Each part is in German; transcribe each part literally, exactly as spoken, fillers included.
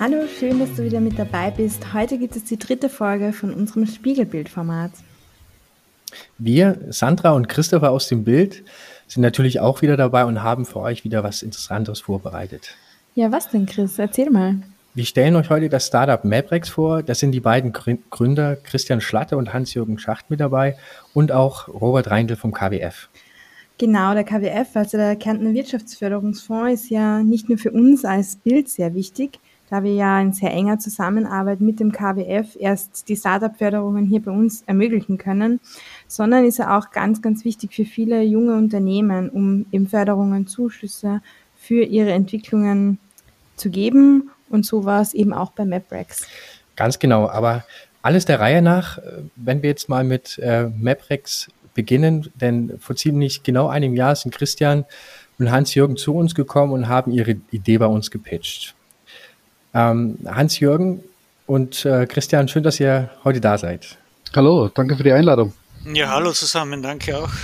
Hallo, schön, dass du wieder mit dabei bist. Heute gibt es die dritte Folge von unserem Spiegelbildformat. Wir, Sandra und Christopher aus dem Bild, sind natürlich auch wieder dabei und haben für euch wieder was Interessantes vorbereitet. Ja, was denn, Chris? Erzähl mal. Wir stellen euch heute das Startup Maprex vor. Das sind die beiden Gründer Christian Schlatte und Hans-Jürgen Schacht mit dabei und auch Robert Reindl vom K W F. Genau, der K W F, also der Kärntner Wirtschaftsförderungsfonds, ist ja nicht nur für uns als Bild sehr wichtig, da wir ja in sehr enger Zusammenarbeit mit dem K W F erst die Startup-Förderungen hier bei uns ermöglichen können, sondern ist er auch ganz, ganz wichtig für viele junge Unternehmen, um eben Förderungen, Zuschüsse für ihre Entwicklungen zu geben. Und so war es eben auch bei Maprex. Ganz genau, aber alles der Reihe nach, wenn wir jetzt mal mit äh, Maprex beginnen, denn vor ziemlich genau einem Jahr sind Christian und Hans-Jürgen zu uns gekommen und haben ihre Idee bei uns gepitcht. Ähm, Hans-Jürgen und äh, Christian, schön, dass ihr heute da seid. Hallo, danke für die Einladung. Ja, hallo zusammen, danke auch.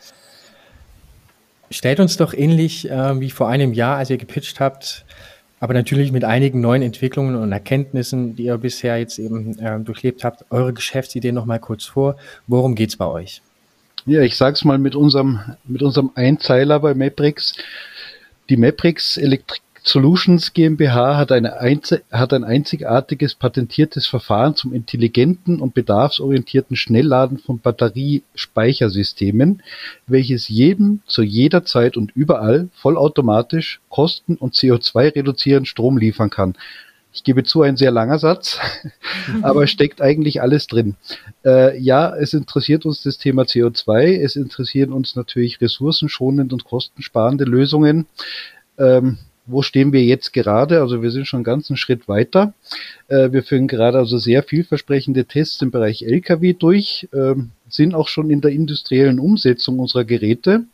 Stellt uns doch ähnlich äh, wie vor einem Jahr, als ihr gepitcht habt, aber natürlich mit einigen neuen Entwicklungen und Erkenntnissen, die ihr bisher jetzt eben äh, durchlebt habt, eure Geschäftsidee noch mal kurz vor. Worum geht's bei euch? Ja, ich sag's mal mit unserem, mit unserem Einzeiler bei Maprex. Die Maprex Electric Solutions GmbH hat, eine Einze- hat ein einzigartiges patentiertes Verfahren zum intelligenten und bedarfsorientierten Schnellladen von Batteriespeichersystemen, welches jedem zu jeder Zeit und überall vollautomatisch kosten- und C O zwei reduzierend Strom liefern kann. Ich gebe zu, ein sehr langer Satz, aber steckt eigentlich alles drin. Äh, ja, es interessiert uns das Thema C O zwei, es interessieren uns natürlich ressourcenschonende und kostensparende Lösungen. Ähm, Wo stehen wir jetzt gerade? Also wir sind schon einen ganzen Schritt weiter. Äh, wir führen gerade also sehr vielversprechende Tests im Bereich L K W durch, äh, sind auch schon in der industriellen Umsetzung unserer Geräte.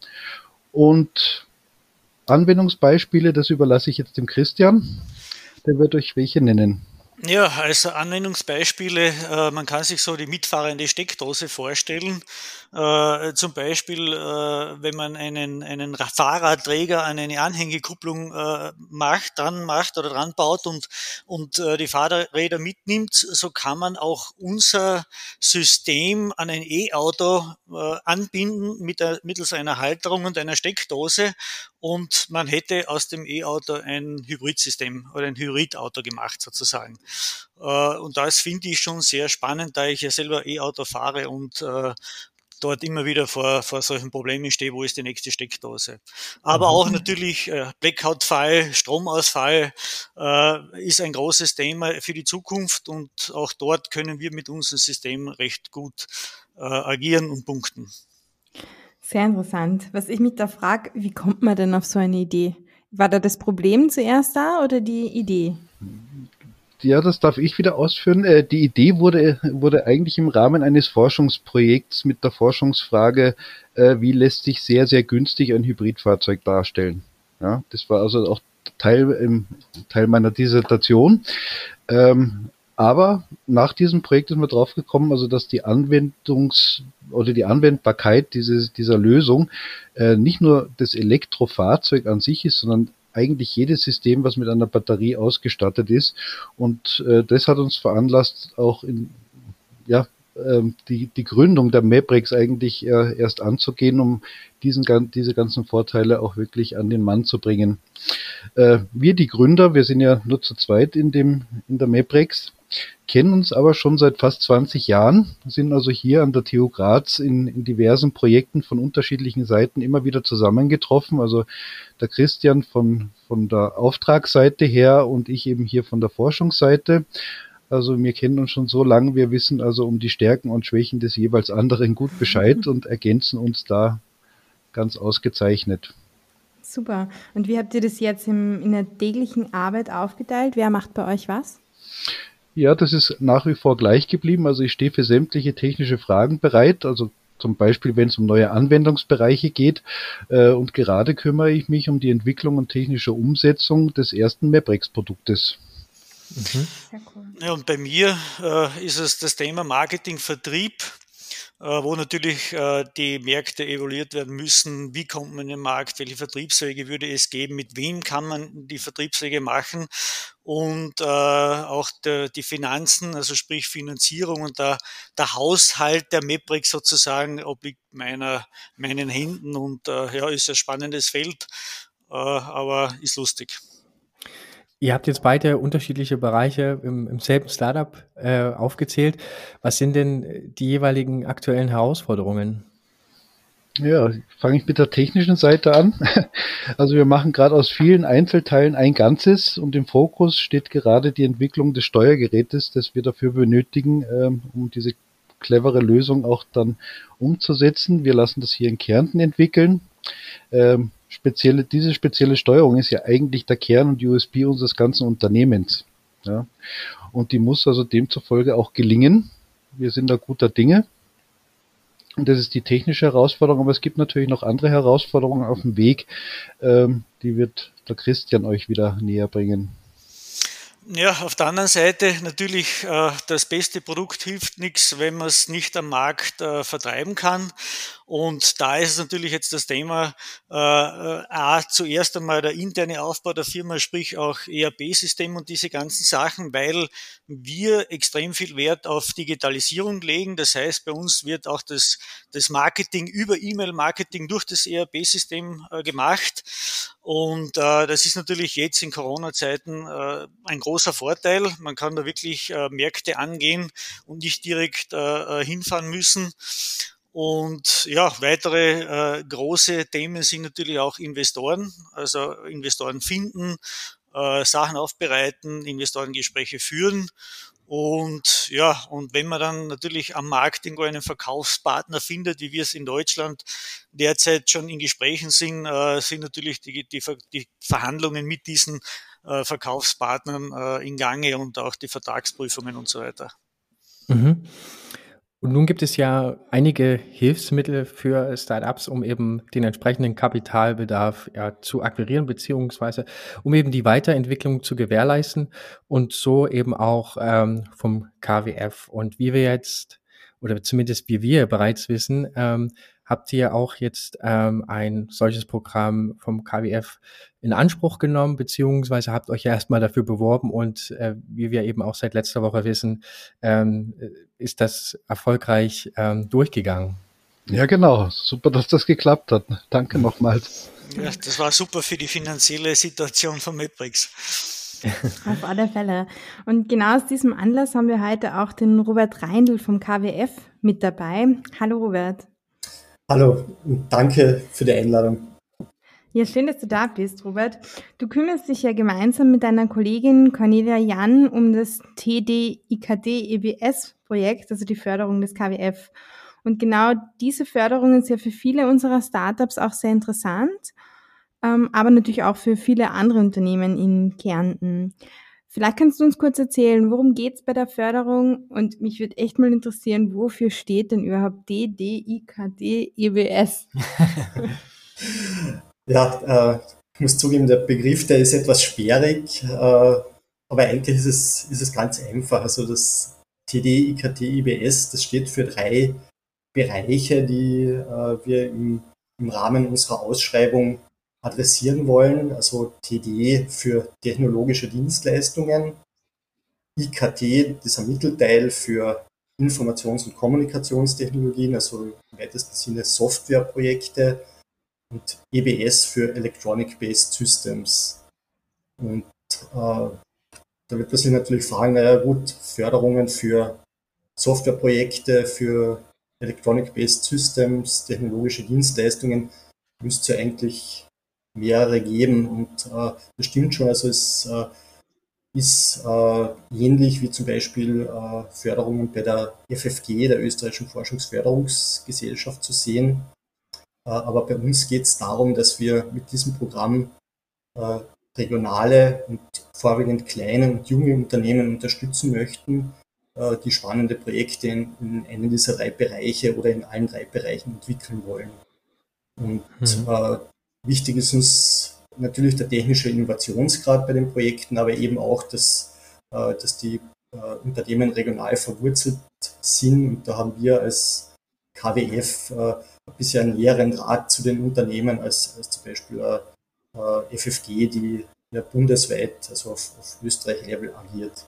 Und Anwendungsbeispiele, das überlasse ich jetzt dem Christian. Der wird euch welche nennen. Ja, also Anwendungsbeispiele, äh, man kann sich so die mitfahrende Steckdose vorstellen. Äh, zum Beispiel, äh, wenn man einen, einen Fahrradträger an eine Anhängekupplung äh, macht, dran macht oder dran baut und, und äh, die Fahrräder mitnimmt, so kann man auch unser System an ein E-Auto äh, anbinden mit der, mittels einer Halterung und einer Steckdose. Und man hätte aus dem E-Auto ein Hybridsystem oder ein Hybridauto gemacht sozusagen. Äh, und das finde ich schon sehr spannend, da ich ja selber E-Auto fahre und äh, dort immer wieder vor, vor solchen Problemen stehe, wo ist die nächste Steckdose. Aber mhm. auch natürlich äh, Blackout-Fall, Stromausfall äh, ist ein großes Thema für die Zukunft und auch dort können wir mit unserem System recht gut äh, agieren und punkten. Sehr interessant. Was ich mich da frage, wie kommt man denn auf so eine Idee? War da das Problem zuerst da oder die Idee? Ja, das darf ich wieder ausführen. Äh, die Idee wurde, wurde eigentlich im Rahmen eines Forschungsprojekts mit der Forschungsfrage, äh, wie lässt sich sehr, sehr günstig ein Hybridfahrzeug darstellen. Ja, das war also auch Teil, im, Teil meiner Dissertation. Ähm, aber nach diesem Projekt sind wir drauf gekommen, also dass die Anwendungs- oder die Anwendbarkeit dieses, dieser Lösung äh, nicht nur das Elektrofahrzeug an sich ist, sondern eigentlich jedes System, was mit einer Batterie ausgestattet ist. Und äh, das hat uns veranlasst, auch in, ja, ähm, die, die Gründung der Maprex eigentlich äh, erst anzugehen, um diesen, diese ganzen Vorteile auch wirklich an den Mann zu bringen. Äh, wir, die Gründer, wir sind ja nur zu zweit in, dem, in der Maprex, kennen uns aber schon seit fast zwanzig Jahren, sind also hier an der T U Graz in, in diversen Projekten von unterschiedlichen Seiten immer wieder zusammengetroffen. Also der Christian von, von der Auftragsseite her und ich eben hier von der Forschungsseite. Also wir kennen uns schon so lange, wir wissen also um die Stärken und Schwächen des jeweils anderen gut Bescheid und ergänzen uns da ganz ausgezeichnet. Super. Und wie habt ihr das jetzt im, in der täglichen Arbeit aufgeteilt? Wer macht bei euch was? Ja, das ist nach wie vor gleich geblieben. Also ich stehe für sämtliche technische Fragen bereit. Also zum Beispiel, wenn es um neue Anwendungsbereiche geht. Äh, und gerade kümmere ich mich um die Entwicklung und technische Umsetzung des ersten Maprex-Produktes. Mhm. Sehr cool. Ja, und bei mir äh, ist es das Thema Marketing, Vertrieb wo natürlich die Märkte evaluiert werden müssen. Wie kommt man in den Markt? Welche Vertriebswege würde es geben? Mit wem kann man die Vertriebswege machen? Und äh, auch der, die Finanzen, also sprich Finanzierung und der, der Haushalt der Meprex sozusagen obliegt meiner, meinen Händen und äh, ja, ist ein spannendes Feld, äh, aber ist lustig. Ihr habt jetzt beide unterschiedliche Bereiche im, im selben Startup äh, aufgezählt. Was sind denn die jeweiligen aktuellen Herausforderungen? Ja, fange ich mit der technischen Seite an. Also wir machen gerade aus vielen Einzelteilen ein Ganzes und im Fokus steht gerade die Entwicklung des Steuergerätes, das wir dafür benötigen, ähm, um diese clevere Lösung auch dann umzusetzen. Wir lassen das hier in Kärnten entwickeln. Ähm, spezielle, diese spezielle Steuerung ist ja eigentlich der Kern und U S P unseres ganzen Unternehmens. Ja. Und die muss also demzufolge auch gelingen. Wir sind da guter Dinge. Und das ist die technische Herausforderung, aber es gibt natürlich noch andere Herausforderungen auf dem Weg, ähm, die wird der Christian euch wieder näher bringen. Ja, auf der anderen Seite natürlich, äh, das beste Produkt hilft nichts, wenn man es nicht am Markt äh, vertreiben kann. Und da ist es natürlich jetzt das Thema, äh, A, zuerst einmal der interne Aufbau der Firma, sprich auch E R P-System und diese ganzen Sachen, weil wir extrem viel Wert auf Digitalisierung legen. Das heißt, bei uns wird auch das, das Marketing über E-Mail-Marketing durch das E R P-System äh, gemacht. Und äh, das ist natürlich jetzt in Corona-Zeiten äh, ein großer Vorteil. Man kann da wirklich äh, Märkte angehen und nicht direkt äh, hinfahren müssen. Und ja, weitere äh, große Themen sind natürlich auch Investoren, also Investoren finden, äh, Sachen aufbereiten, Investorengespräche führen. Und ja, und wenn man dann natürlich am Markt irgendwo einen Verkaufspartner findet, wie wir es in Deutschland derzeit schon in Gesprächen sind, äh, sind natürlich die, die, die Verhandlungen mit diesen äh, Verkaufspartnern äh, in Gange und auch die Vertragsprüfungen und so weiter. Mhm. Und nun gibt es ja einige Hilfsmittel für Startups, um eben den entsprechenden Kapitalbedarf ja, zu akquirieren, beziehungsweise um eben die Weiterentwicklung zu gewährleisten und so eben auch ähm, vom K W F. Und wie wir jetzt, oder zumindest wie wir bereits wissen, ähm, habt ihr auch jetzt ähm, ein solches Programm vom K W F in Anspruch genommen, beziehungsweise habt euch ja erstmal dafür beworben und äh, wie wir eben auch seit letzter Woche wissen, ähm, ist das erfolgreich ähm, durchgegangen. Ja, genau. Super, dass das geklappt hat. Danke nochmals. Ja, das war super für die finanzielle Situation von Meprex. Auf alle Fälle. Und genau aus diesem Anlass haben wir heute auch den Robert Reindl vom K W F mit dabei. Hallo Robert. Hallo und danke für die Einladung. Ja, schön, dass du da bist, Robert. Du kümmerst dich ja gemeinsam mit deiner Kollegin Cornelia Jan um das T D I K D E B S-Projekt, also die Förderung des K W F. Und genau diese Förderung ist ja für viele unserer Startups auch sehr interessant, aber natürlich auch für viele andere Unternehmen in Kärnten. Vielleicht kannst du uns kurz erzählen, worum geht's bei der Förderung? Und mich würde echt mal interessieren, wofür steht denn überhaupt T D I K D E B S? Ja, äh, ich muss zugeben, der Begriff, der ist etwas sperrig, äh, aber eigentlich ist es, ist es ganz einfach. Also das T D I K D E B S, das steht für drei Bereiche, die äh, wir im, im Rahmen unserer Ausschreibung adressieren wollen. Also T D für technologische Dienstleistungen, I K T, dieser Mittelteil für Informations- und Kommunikationstechnologien, also im weitesten Sinne Softwareprojekte, und E B S für Electronic Based Systems. Und äh, da wird man sich natürlich fragen, naja gut, Förderungen für Softwareprojekte, für Electronic Based Systems, technologische Dienstleistungen, müsste es ja eigentlich mehrere geben. Und äh, das stimmt schon, also es äh, ist äh, ähnlich wie zum Beispiel äh, Förderungen bei der F F G, der Österreichischen Forschungsförderungsgesellschaft, zu sehen. Aber bei uns geht es darum, dass wir mit diesem Programm äh, regionale und vorwiegend kleine und junge Unternehmen unterstützen möchten, äh, die spannende Projekte in, in einem dieser drei Bereiche oder in allen drei Bereichen entwickeln wollen. Und mhm. äh, wichtig ist uns natürlich der technische Innovationsgrad bei den Projekten, aber eben auch, dass, äh, dass die äh, Unternehmen regional verwurzelt sind. Und da haben wir als K W F äh, ein bisschen einen näheren Draht zu den Unternehmen als, als zum Beispiel äh, F F G, die ja bundesweit, also auf, auf Österreich-Level agiert.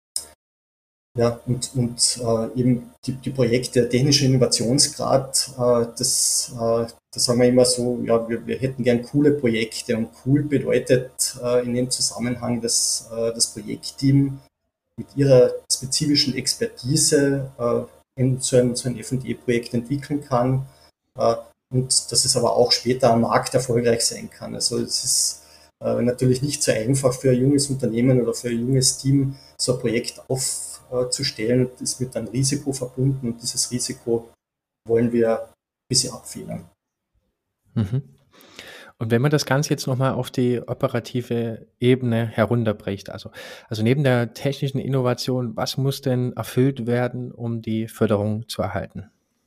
Ja, und, und äh, eben die, die Projekte, der technische Innovationsgrad, äh, das, äh, das sagen wir immer so, ja, wir, wir hätten gern coole Projekte, und cool bedeutet äh, in dem Zusammenhang, dass äh, das Projektteam mit ihrer spezifischen Expertise äh, in so ein, so ein F und E-Projekt entwickeln kann, äh, und dass es aber auch später am Markt erfolgreich sein kann. Also es ist äh, natürlich nicht so einfach für ein junges Unternehmen oder für ein junges Team, so ein Projekt aufzustellen. Das ist mit einem Risiko verbunden, und dieses Risiko wollen wir ein bisschen abfedern. Mhm. Und wenn man das Ganze jetzt nochmal auf die operative Ebene herunterbricht, also, also neben der technischen Innovation, was muss denn erfüllt werden, um die Förderung zu erhalten?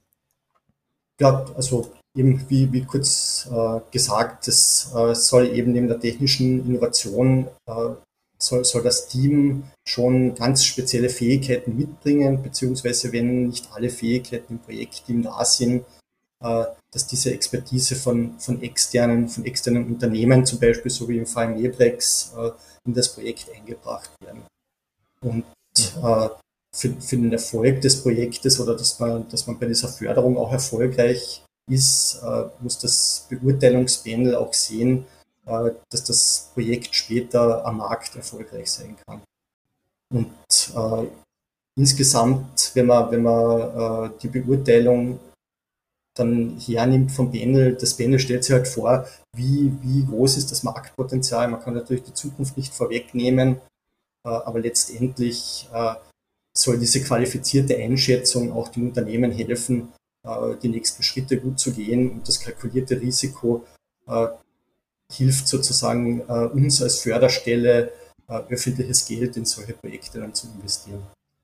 Ja, also eben wie, wie kurz äh, gesagt, das äh, soll eben neben der technischen Innovation, äh, soll, soll das Team schon ganz spezielle Fähigkeiten mitbringen, beziehungsweise wenn nicht alle Fähigkeiten im Projektteam da sind, äh, dass diese Expertise von, von externen, von externen Unternehmen, zum Beispiel so wie im Fall Mebrex, äh, in das Projekt eingebracht werden. Und äh, für, für den Erfolg des Projektes, oder dass man, dass man bei dieser Förderung auch erfolgreich ist, äh, muss das Beurteilungspanel auch sehen, äh, dass das Projekt später am Markt erfolgreich sein kann. Und äh, insgesamt, wenn man, wenn man äh, die Beurteilung dann hernimmt vom Panel, das Panel stellt sich halt vor, wie, wie groß ist das Marktpotenzial. Man kann natürlich die Zukunft nicht vorwegnehmen, äh, aber letztendlich äh, soll diese qualifizierte Einschätzung auch den Unternehmen helfen, äh, die nächsten Schritte gut zu gehen, und das kalkulierte Risiko äh, hilft sozusagen äh, uns als Förderstelle, äh, öffentliches Geld in solche Projekte dann zu investieren.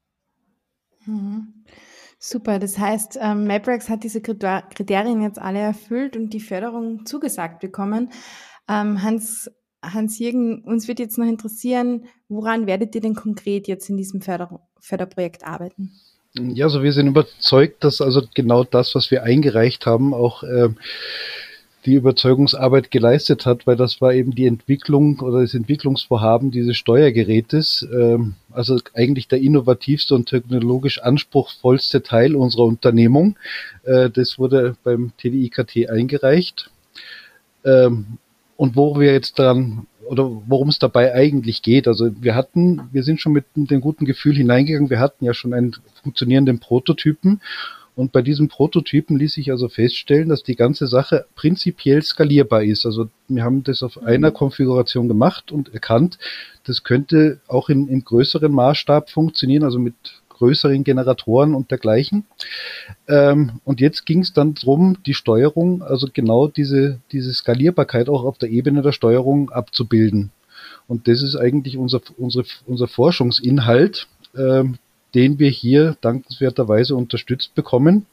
Mhm. Super, das heißt, ähm, Mebrex hat diese Kriterien jetzt alle erfüllt und die Förderung zugesagt bekommen. Ähm, Hans, Hans-Jürgen, uns wird jetzt noch interessieren, woran werdet ihr denn konkret jetzt in diesem Förder Förderprojekt arbeiten? Ja, also wir sind überzeugt, dass also genau das, was wir eingereicht haben, auch äh, die Überzeugungsarbeit geleistet hat, weil das war eben die Entwicklung oder das Entwicklungsvorhaben dieses Steuergerätes, ähm, also eigentlich der innovativste und technologisch anspruchsvollste Teil unserer Unternehmung. Äh, das wurde beim T D I K T eingereicht. Ähm, und wo wir jetzt dran, oder worum es dabei eigentlich geht, also wir hatten, wir sind schon mit dem guten Gefühl hineingegangen, wir hatten ja schon einen funktionierenden Prototypen. Und bei diesem Prototypen ließ sich also feststellen, dass die ganze Sache prinzipiell skalierbar ist. Also wir haben das auf einer Konfiguration gemacht und erkannt, das könnte auch in, in größeren Maßstab funktionieren, also mit größeren Generatoren und dergleichen. Ähm, und jetzt ging es dann darum, die Steuerung, also genau diese, diese Skalierbarkeit auch auf der Ebene der Steuerung abzubilden. Und das ist eigentlich unser, unsere, unser Forschungsinhalt, ähm, den wir hier dankenswerterweise unterstützt bekommen.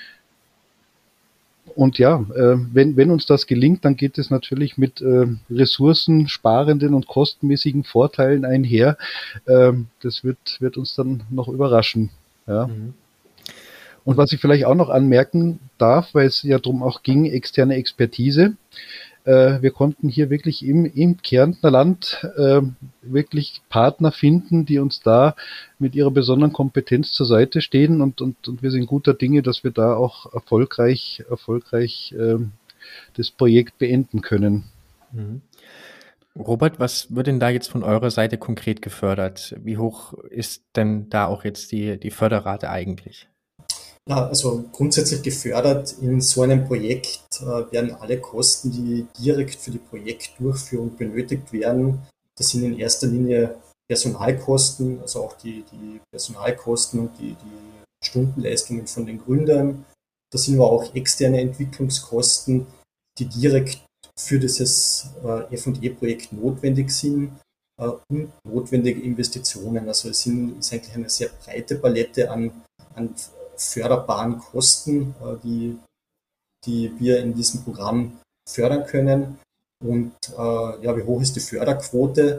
Und ja, äh, wenn, wenn uns das gelingt, dann geht es natürlich mit äh, ressourcensparenden und kostenmäßigen Vorteilen einher. Äh, das wird, wird uns dann noch überraschen. Ja. Mhm. Und was ich vielleicht auch noch anmerken darf, weil es ja darum auch ging, externe Expertise. Äh, wir konnten hier wirklich im, im Kärntner Land äh, wirklich Partner finden, die uns da mit ihrer besonderen Kompetenz zur Seite stehen, und, und, und wir sind guter Dinge, dass wir da auch erfolgreich, erfolgreich äh, das Projekt beenden können. Mhm. Robert, was wird denn da jetzt von eurer Seite konkret gefördert? Wie hoch ist denn da auch jetzt die, die Förderrate eigentlich? Ja, also grundsätzlich gefördert in so einem Projekt äh, werden alle Kosten, die direkt für die Projektdurchführung benötigt werden. Das sind in erster Linie Personalkosten, also auch die, die Personalkosten und die, die Stundenleistungen von den Gründern. Das sind aber auch externe Entwicklungskosten, die direkt für dieses äh, F und E-Projekt notwendig sind, äh, und notwendige Investitionen. Also es sind, ist eigentlich eine sehr breite Palette an, an förderbaren Kosten, die, die wir in diesem Programm fördern können. Und äh, ja, wie hoch ist die Förderquote?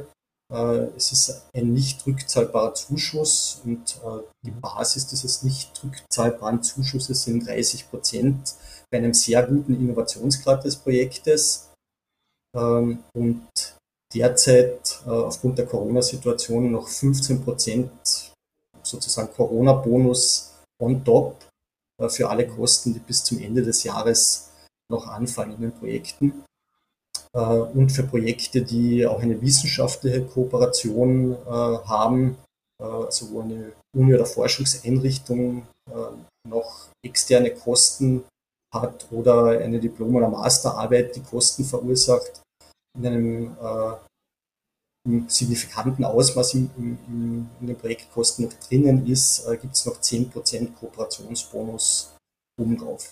Äh, es ist ein nicht rückzahlbarer Zuschuss und äh, die Basis dieses nicht rückzahlbaren Zuschusses sind dreißig Prozent bei einem sehr guten Innovationsgrad des Projektes. Ähm, und derzeit äh, aufgrund der Corona-Situation noch fünfzehn Prozent sozusagen Corona-Bonus on top äh, für alle Kosten, die bis zum Ende des Jahres noch anfallen in den Projekten. Äh, und für Projekte, die auch eine wissenschaftliche Kooperation äh, haben, äh, also wo eine Uni- oder Forschungseinrichtung äh, noch externe Kosten hat oder eine Diplom- oder Masterarbeit die Kosten verursacht, in einem äh, im signifikanten Ausmaß im, im, in den Projektkosten noch drinnen ist, äh, gibt es noch zehn Prozent Kooperationsbonus obendrauf.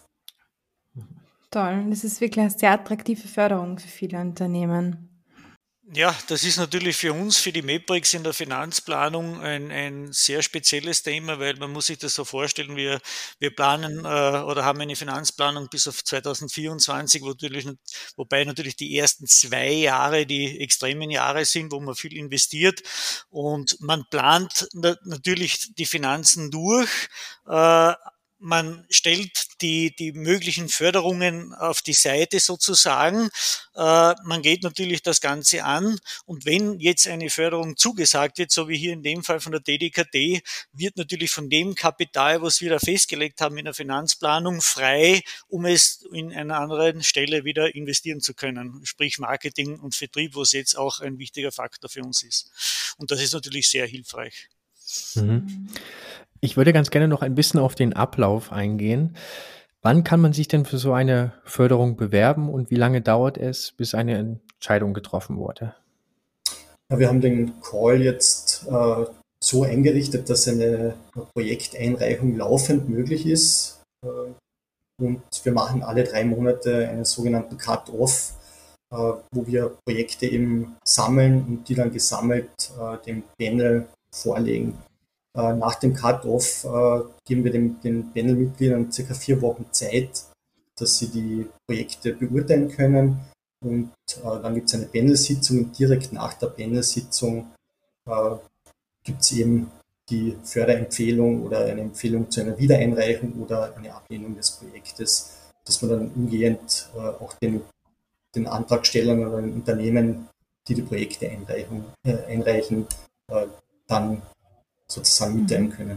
Toll, das ist wirklich eine sehr attraktive Förderung für viele Unternehmen. Ja, das ist natürlich für uns, für die MEPREX in der Finanzplanung ein, ein sehr spezielles Thema, weil man muss sich das so vorstellen, wir, wir planen äh, oder haben eine Finanzplanung bis auf zweitausendvierundzwanzig, wo natürlich, wobei natürlich die ersten zwei Jahre die extremen Jahre sind, wo man viel investiert und man plant na, natürlich die Finanzen durch, äh, man stellt die, die möglichen Förderungen auf die Seite sozusagen. Äh, man geht natürlich das Ganze an und wenn jetzt eine Förderung zugesagt wird, so wie hier in dem Fall von der D D K T, wird natürlich von dem Kapital, was wir da festgelegt haben in der Finanzplanung, frei, um es in einer anderen Stelle wieder investieren zu können. Sprich Marketing und Vertrieb, was jetzt auch ein wichtiger Faktor für uns ist. Und das ist natürlich sehr hilfreich. Mhm. Ich würde ganz gerne noch ein bisschen auf den Ablauf eingehen. Wann kann man sich denn für so eine Förderung bewerben und wie lange dauert es, bis eine Entscheidung getroffen wurde? Ja, wir haben den Call jetzt äh, so eingerichtet, dass eine Projekteinreichung laufend möglich ist. Äh, und wir machen alle drei Monate einen sogenannten Cut-Off, äh, wo wir Projekte eben sammeln und die dann gesammelt äh, dem Panel vorlegen. Äh, nach dem Cut-Off äh, geben wir dem, den Panel-Mitgliedern circa vier Wochen Zeit, dass sie die Projekte beurteilen können. Und äh, dann gibt es eine Panel-Sitzung und direkt nach der Panel-Sitzung äh, gibt es eben die Förderempfehlung oder eine Empfehlung zu einer Wiedereinreichung oder eine Ablehnung des Projektes, dass man dann umgehend äh, auch den, den Antragstellern oder den Unternehmen, die die Projekte einreichen, äh, einreichen äh, dann sozusagen mitteilen können.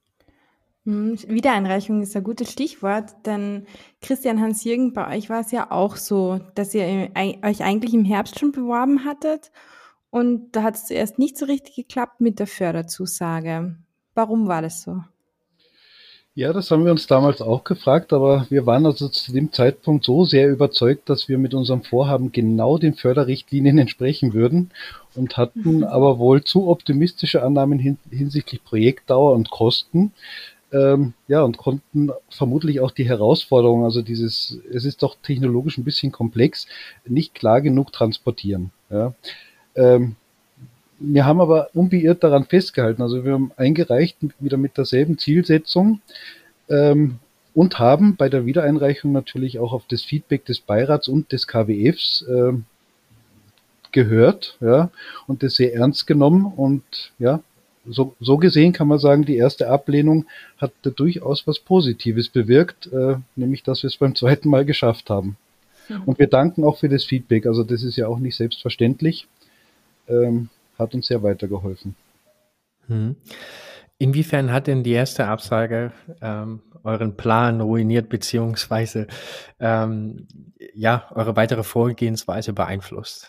Wiedereinreichung ist ein gutes Stichwort, denn Christian, Hans-Jürgen, bei euch war es ja auch so, dass ihr euch eigentlich im Herbst schon beworben hattet und da hat es zuerst nicht so richtig geklappt mit der Förderzusage. Warum war das so? Ja, das haben wir uns damals auch gefragt, aber wir waren also zu dem Zeitpunkt so sehr überzeugt, dass wir mit unserem Vorhaben genau den Förderrichtlinien entsprechen würden und hatten aber wohl zu optimistische Annahmen hin, hinsichtlich Projektdauer und Kosten. Ähm, ja, und konnten vermutlich auch die Herausforderung, also dieses, es ist doch technologisch ein bisschen komplex, nicht klar genug transportieren. Ja. Ähm, wir haben aber unbeirrt daran festgehalten, also wir haben eingereicht wieder mit derselben Zielsetzung ähm, und haben bei der Wiedereinreichung natürlich auch auf das Feedback des Beirats und des K W Fs äh, gehört, ja, und das sehr ernst genommen und ja, So, so gesehen kann man sagen, die erste Ablehnung hat da durchaus was Positives bewirkt, äh, nämlich dass wir es beim zweiten Mal geschafft haben. Mhm. Und wir danken auch für das Feedback, also das ist ja auch nicht selbstverständlich, ähm, hat uns sehr weitergeholfen. Mhm. Inwiefern hat denn die erste Absage ähm, euren Plan ruiniert, beziehungsweise ähm, ja, eure weitere Vorgehensweise beeinflusst?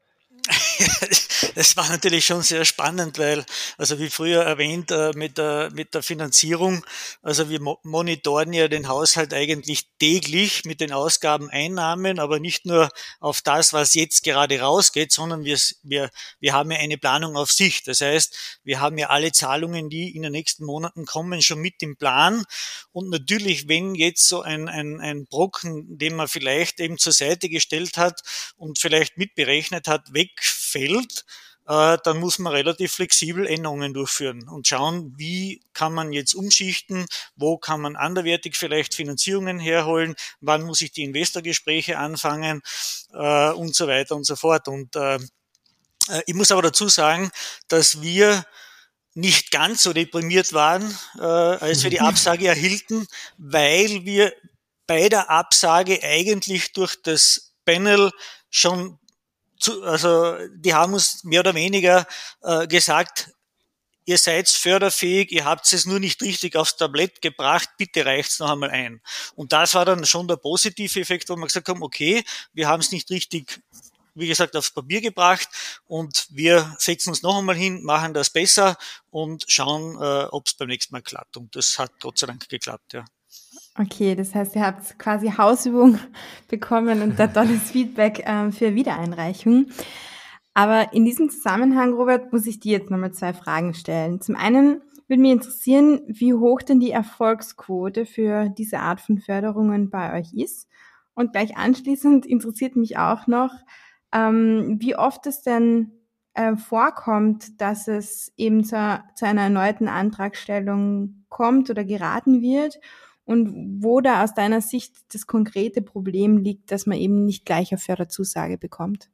Das war natürlich schon sehr spannend, weil, also wie früher erwähnt, mit der, mit der Finanzierung, also wir monitoren ja den Haushalt eigentlich täglich mit den Ausgaben, Einnahmen, aber nicht nur auf das, was jetzt gerade rausgeht, sondern wir, wir, wir haben ja eine Planung auf sich. Das heißt, wir haben ja alle Zahlungen, die in den nächsten Monaten kommen, schon mit im Plan. Und natürlich, wenn jetzt so ein, ein, ein Brocken, den man vielleicht eben zur Seite gestellt hat und vielleicht mitberechnet hat, wegfällt, äh, dann muss man relativ flexibel Änderungen durchführen und schauen, wie kann man jetzt umschichten, wo kann man anderweitig vielleicht Finanzierungen herholen, wann muss ich die Investorgespräche anfangen äh, und so weiter und so fort. Und äh, Äh, ich muss aber dazu sagen, dass wir nicht ganz so deprimiert waren, äh, als wir die Absage erhielten, weil wir bei der Absage eigentlich durch das Panel schon zu, also die haben uns mehr oder weniger äh, gesagt, ihr seid förderfähig, ihr habt es nur nicht richtig aufs Tablett gebracht, bitte reicht's noch einmal ein. Und das war dann schon der positive Effekt, wo wir gesagt haben, okay, wir haben es nicht richtig, wie gesagt, aufs Papier gebracht und wir setzen uns noch einmal hin, machen das besser und schauen, äh, ob es beim nächsten Mal klappt. Und das hat Gott sei Dank geklappt, ja. Okay, das heißt, ihr habt quasi Hausübung bekommen und da tolles Feedback ähm, für Wiedereinreichung. Aber in diesem Zusammenhang, Robert, muss ich dir jetzt nochmal zwei Fragen stellen. Zum einen würde mich interessieren, wie hoch denn die Erfolgsquote für diese Art von Förderungen bei euch ist. Und gleich anschließend interessiert mich auch noch, ähm, wie oft es denn äh, vorkommt, dass es eben zu, zu einer erneuten Antragstellung kommt oder geraten wird und wo da aus deiner Sicht das konkrete Problem liegt, dass man eben nicht gleich eine Förderzusage bekommt.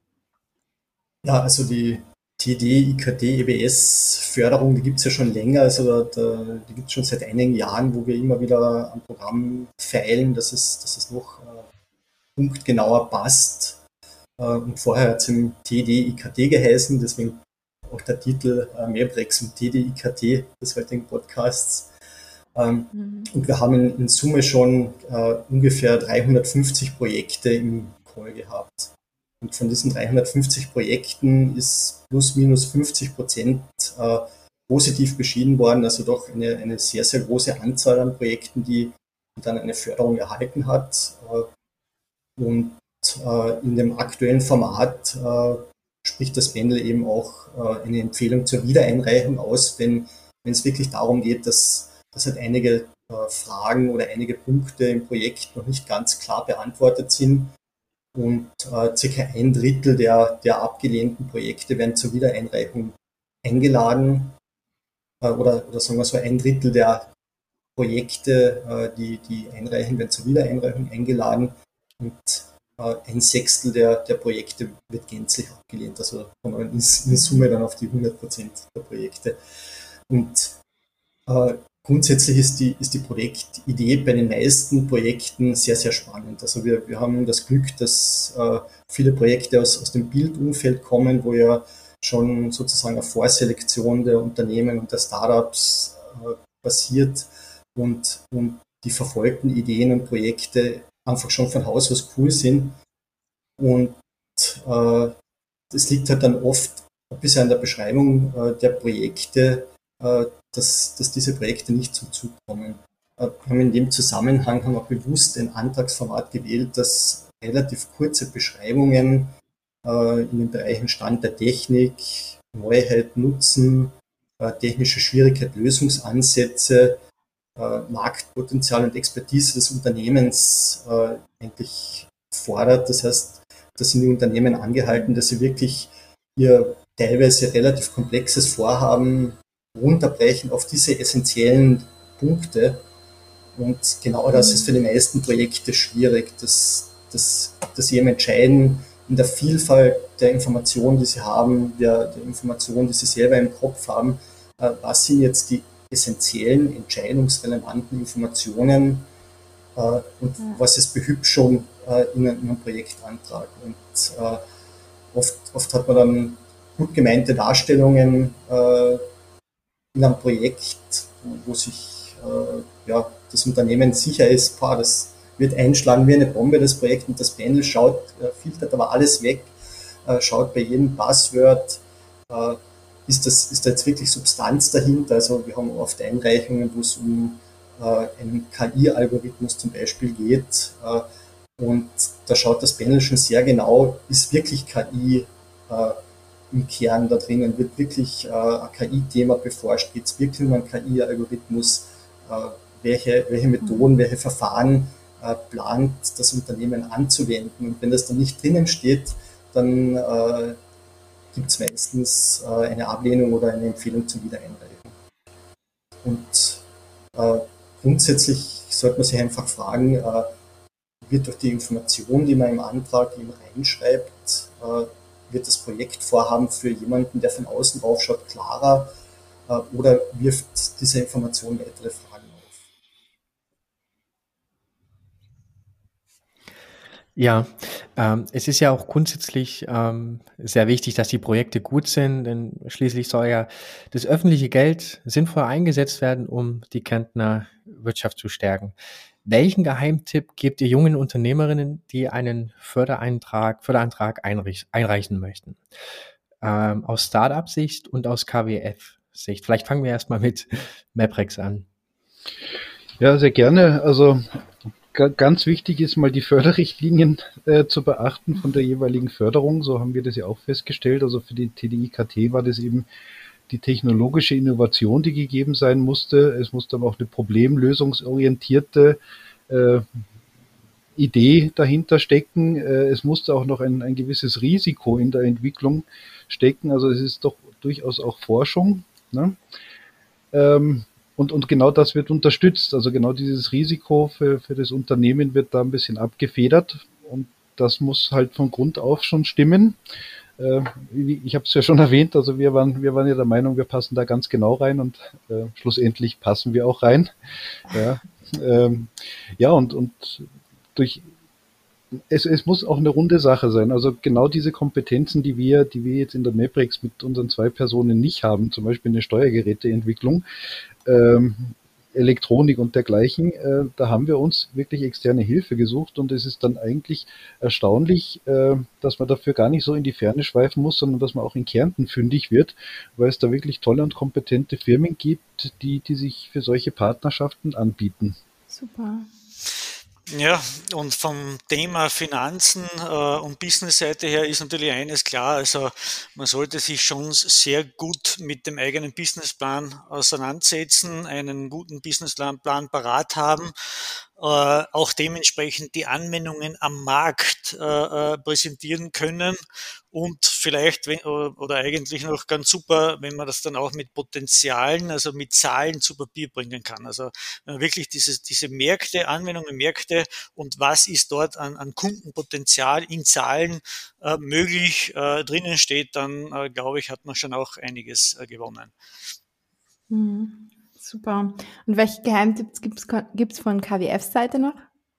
Ja, also die T D, I K T, E B S-Förderung, die gibt es ja schon länger, also da, da, die gibt es schon seit einigen Jahren, wo wir immer wieder am Programm feilen, dass es, dass es noch äh, punktgenauer passt. Äh, und vorher hat es im T D, I K T geheißen, deswegen auch der Titel äh, Mapprex und T D, I K T des heutigen Podcasts. Ähm, mhm. Und wir haben in, in Summe schon äh, ungefähr dreihundertfünfzig Projekte im Call gehabt. Und von diesen dreihundertfünfzig Projekten ist plus minus fünfzig Prozent äh, positiv beschieden worden, also doch eine, eine sehr, sehr große Anzahl an Projekten, die, die dann eine Förderung erhalten hat. Äh, und äh, in dem aktuellen Format äh, spricht das Panel eben auch äh, eine Empfehlung zur Wiedereinreichung aus, wenn wenn es wirklich darum geht, dass dass halt einige äh, Fragen oder einige Punkte im Projekt noch nicht ganz klar beantwortet sind. Und äh, circa ein Drittel der, der abgelehnten Projekte werden zur Wiedereinreichung eingeladen. Äh, oder, oder sagen wir so, ein Drittel der Projekte, äh, die, die einreichen, werden zur Wiedereinreichung eingeladen. Und äh, ein Sechstel der, der Projekte wird gänzlich abgelehnt. Also kommt man in, in Summe dann auf die hundert Prozent der Projekte. Und äh, Grundsätzlich ist die, ist die Projektidee bei den meisten Projekten sehr, sehr spannend. Also wir, wir haben das Glück, dass äh, viele Projekte aus, aus dem Bildumfeld kommen, wo ja schon sozusagen eine Vorselektion der Unternehmen und der Startups äh, passiert und, und die verfolgten Ideen und Projekte einfach schon von Haus aus cool sind. Und äh, das liegt halt dann oft ein bisschen an der Beschreibung äh, der Projekte, äh, Dass, dass diese Projekte nicht zum Zug kommen. Wir haben in dem Zusammenhang haben wir bewusst ein Antragsformat gewählt, das relativ kurze Beschreibungen äh, in den Bereichen Stand der Technik, Neuheit, Nutzen, äh, technische Schwierigkeit, Lösungsansätze, äh, Marktpotenzial und Expertise des Unternehmens äh, eigentlich fordert. Das heißt, da sind die Unternehmen angehalten, dass sie wirklich ihr teilweise relativ komplexes Vorhaben runterbrechen auf diese essentiellen Punkte. Und genau das ist für die meisten Projekte schwierig, dass, dass, dass sie eben entscheiden, in der Vielfalt der Informationen, die sie haben, der, der Informationen, die sie selber im Kopf haben, äh, was sind jetzt die essentiellen, entscheidungsrelevanten Informationen äh, und ja. was ist Behübschung äh, in, in einem Projektantrag. Und äh, oft, oft hat man dann gut gemeinte Darstellungen äh, in einem Projekt, wo sich äh, ja, das Unternehmen sicher ist, boah, das wird einschlagen wie eine Bombe, das Projekt, und das Panel schaut, äh, filtert aber alles weg, äh, schaut bei jedem Passwort, äh, ist, das, ist da jetzt wirklich Substanz dahinter? Also wir haben oft Einreichungen, wo es um äh, einen K I-Algorithmus zum Beispiel geht, äh, und da schaut das Panel schon sehr genau, ist wirklich K I äh, im Kern da drinnen, wird wirklich äh, ein K I-Thema beforscht, geht es wirklich um einen K I-Algorithmus, äh, welche, welche Methoden, welche Verfahren äh, plant das Unternehmen anzuwenden. Und wenn das dann nicht drinnen steht, dann äh, gibt es meistens äh, eine Ablehnung oder eine Empfehlung zum Wiedereinreichen. Und äh, grundsätzlich sollte man sich einfach fragen, äh, wird durch die Information, die man im Antrag eben reinschreibt, äh, wird das Projektvorhaben für jemanden, der von außen drauf schaut, klarer äh, oder wirft diese Information weitere Fragen auf? Ja, ähm, es ist ja auch grundsätzlich ähm, sehr wichtig, dass die Projekte gut sind, denn schließlich soll ja das öffentliche Geld sinnvoll eingesetzt werden, um die Kärntner Wirtschaft zu stärken. Welchen Geheimtipp gebt ihr jungen Unternehmerinnen, die einen Fördereintrag, Förderantrag einreich, einreichen möchten? Ähm, aus Startup-Sicht und aus K W F-Sicht. Vielleicht fangen wir erstmal mit Meprex an. Ja, sehr gerne. Also ganz wichtig ist mal die Förderrichtlinien äh, zu beachten von der jeweiligen Förderung. So haben wir das ja auch festgestellt. Also für die T D I K T war das eben die technologische Innovation, die gegeben sein musste. Es musste aber auch eine problemlösungsorientierte äh, Idee dahinter stecken. Äh, es musste auch noch ein, ein gewisses Risiko in der Entwicklung stecken. Also es ist doch durchaus auch Forschung. Ne? Ähm, Und, und genau das wird unterstützt. Also genau dieses Risiko für, für das Unternehmen wird da ein bisschen abgefedert. Und das muss halt von Grund auf schon stimmen. Äh, ich habe es ja schon erwähnt, also wir waren, wir waren ja der Meinung, wir passen da ganz genau rein und äh, schlussendlich passen wir auch rein. Ja, ähm, ja und, und durch Es, es muss auch eine runde Sache sein. Also genau diese Kompetenzen, die wir, die wir jetzt in der Meprex mit unseren zwei Personen nicht haben, zum Beispiel eine Steuergeräteentwicklung, ähm, Elektronik und dergleichen, äh, da haben wir uns wirklich externe Hilfe gesucht und es ist dann eigentlich erstaunlich, äh, dass man dafür gar nicht so in die Ferne schweifen muss, sondern dass man auch in Kärnten fündig wird, weil es da wirklich tolle und kompetente Firmen gibt, die, die sich für solche Partnerschaften anbieten. Super. Ja, und vom Thema Finanzen äh, und Business-Seite her ist natürlich eines klar, also man sollte sich schon sehr gut mit dem eigenen Businessplan auseinandersetzen, einen guten Businessplan parat haben, äh, auch dementsprechend die Anwendungen am Markt äh, präsentieren können und vielleicht, wenn, oder eigentlich noch ganz super, wenn man das dann auch mit Potenzialen, also mit Zahlen zu Papier bringen kann. Also wenn man wirklich diese, diese Märkte, Anwendungen, Märkte und was ist dort an, an Kundenpotenzial in Zahlen äh, möglich äh, drinnen steht, dann äh, glaube ich, hat man schon auch einiges äh, gewonnen. Mhm. Super. Und welche Geheimtipps gibt es von K W F-Seite noch?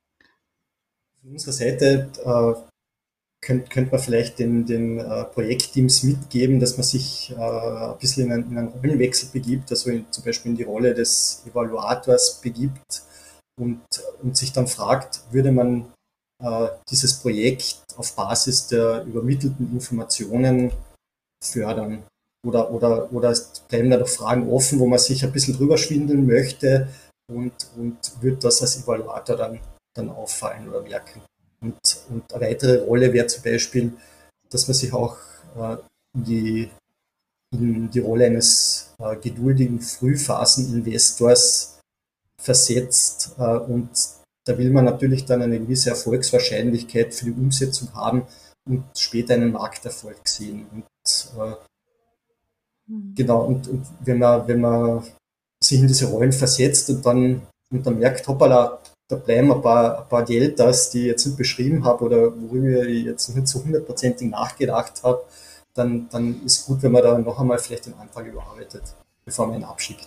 Von unserer Seite äh, könnte könnt man vielleicht den, den äh, Projektteams mitgeben, dass man sich äh, ein bisschen in einen, in einen Rollenwechsel begibt, also in, zum Beispiel in die Rolle des Evaluators begibt und, und sich dann fragt, würde man äh, dieses Projekt auf Basis der übermittelten Informationen fördern? Oder, oder, oder es bleiben da noch Fragen offen, wo man sich ein bisschen drüber schwindeln möchte und, und wird das als Evaluator dann, dann auffallen oder merken? Und, und eine weitere Rolle wäre zum Beispiel, dass man sich auch äh, in, die, in die Rolle eines äh, geduldigen Frühphaseninvestors versetzt. Äh, und da will man natürlich dann eine gewisse Erfolgswahrscheinlichkeit für die Umsetzung haben und später einen Markterfolg sehen. Und äh, genau, und, und wenn man, wenn man sich in diese Rollen versetzt und dann, und dann merkt, hoppala, da bleiben ein paar, ein paar Deltas, die ich jetzt nicht beschrieben habe oder worüber ich jetzt nicht so hundertprozentig nachgedacht habe, dann, dann ist gut, wenn man da noch einmal vielleicht den Antrag überarbeitet, bevor man ihn abschickt.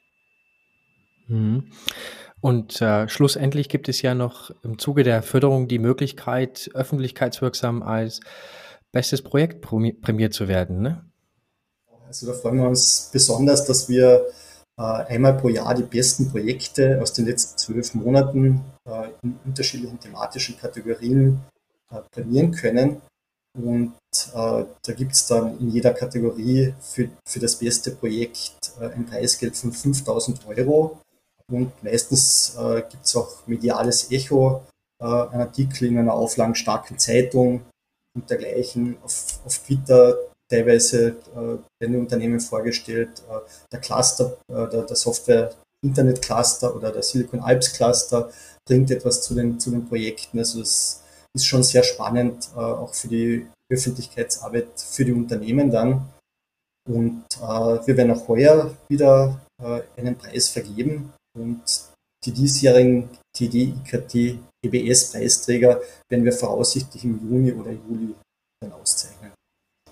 Mhm. Und äh, schlussendlich gibt es ja noch im Zuge der Förderung die Möglichkeit, öffentlichkeitswirksam als bestes Projekt prämiert zu werden, ne? Also da freuen wir uns besonders, dass wir äh, einmal pro Jahr die besten Projekte aus den letzten zwölf Monaten äh, in unterschiedlichen thematischen Kategorien äh, prämieren können. Und äh, da gibt es dann in jeder Kategorie für, für das beste Projekt äh, ein Preisgeld von fünftausend Euro. Und meistens äh, gibt es auch mediales Echo, äh, ein Artikel in einer auflagenstarken Zeitung und dergleichen. Auf, auf Twitter teilweise äh, werden die Unternehmen vorgestellt. Äh, der Cluster, äh, der, der Software Internet Cluster oder der Silicon Alps Cluster bringt etwas zu den, zu den Projekten. Also es ist schon sehr spannend, äh, auch für die Öffentlichkeitsarbeit für die Unternehmen dann. Und äh, wir werden auch heuer wieder äh, einen Preis vergeben und die diesjährigen T D I K T E B S Preisträger werden wir voraussichtlich im Juni oder Juli dann auszeichnen.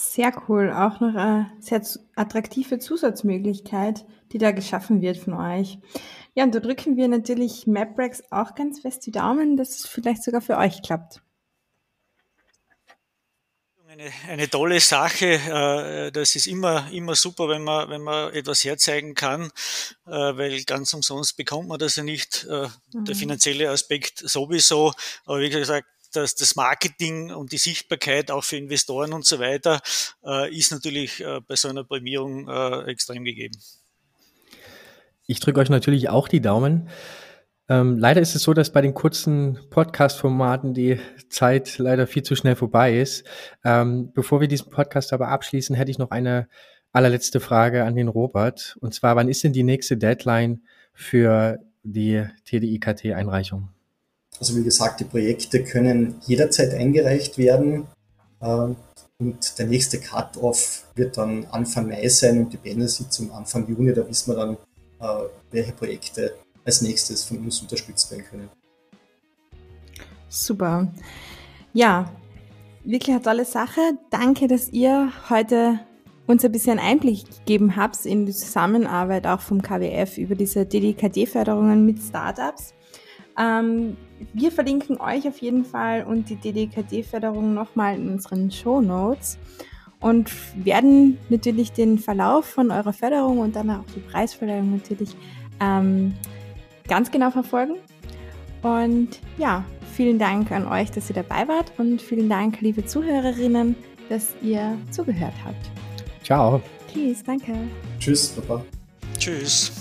Sehr cool. Auch noch eine sehr attraktive Zusatzmöglichkeit, die da geschaffen wird von euch. Ja, und da drücken wir natürlich Mapbrex auch ganz fest die Daumen, dass es vielleicht sogar für euch klappt. Eine, eine tolle Sache. Das ist immer, immer super, wenn man, wenn man etwas herzeigen kann, weil ganz umsonst bekommt man das ja nicht. Mhm. Der finanzielle Aspekt sowieso. Aber wie gesagt, dass das Marketing und die Sichtbarkeit auch für Investoren und so weiter ist natürlich bei so einer Prämierung extrem gegeben. Ich drücke euch natürlich auch die Daumen. Ähm, leider ist es so, dass bei den kurzen Podcast-Formaten die Zeit leider viel zu schnell vorbei ist. Ähm, bevor wir diesen Podcast aber abschließen, hätte ich noch eine allerletzte Frage an den Robert. Und zwar, wann ist denn die nächste Deadline für die T D I K T-Einreichung? Also wie gesagt, die Projekte können jederzeit eingereicht werden. Äh, und der nächste Cut-Off wird dann Anfang Mai sein und die Bannersitzung Anfang Juni. Da wissen wir dann, äh, welche Projekte als nächstes von uns unterstützt werden können. Super. Ja, wirklich eine tolle Sache. Danke, dass ihr heute uns ein bisschen Einblick gegeben habt in die Zusammenarbeit auch vom K W F über diese D D I K T-Förderungen mit Startups. Ähm, wir verlinken euch auf jeden Fall und die D D I K T-Förderung nochmal in unseren Shownotes und werden natürlich den Verlauf von eurer Förderung und dann auch die Preisverleihung natürlich ähm, ganz genau verfolgen. Und ja, vielen Dank an euch, dass ihr dabei wart und vielen Dank, liebe Zuhörerinnen, dass ihr zugehört habt. Ciao. Tschüss, danke. Tschüss, Papa. Tschüss.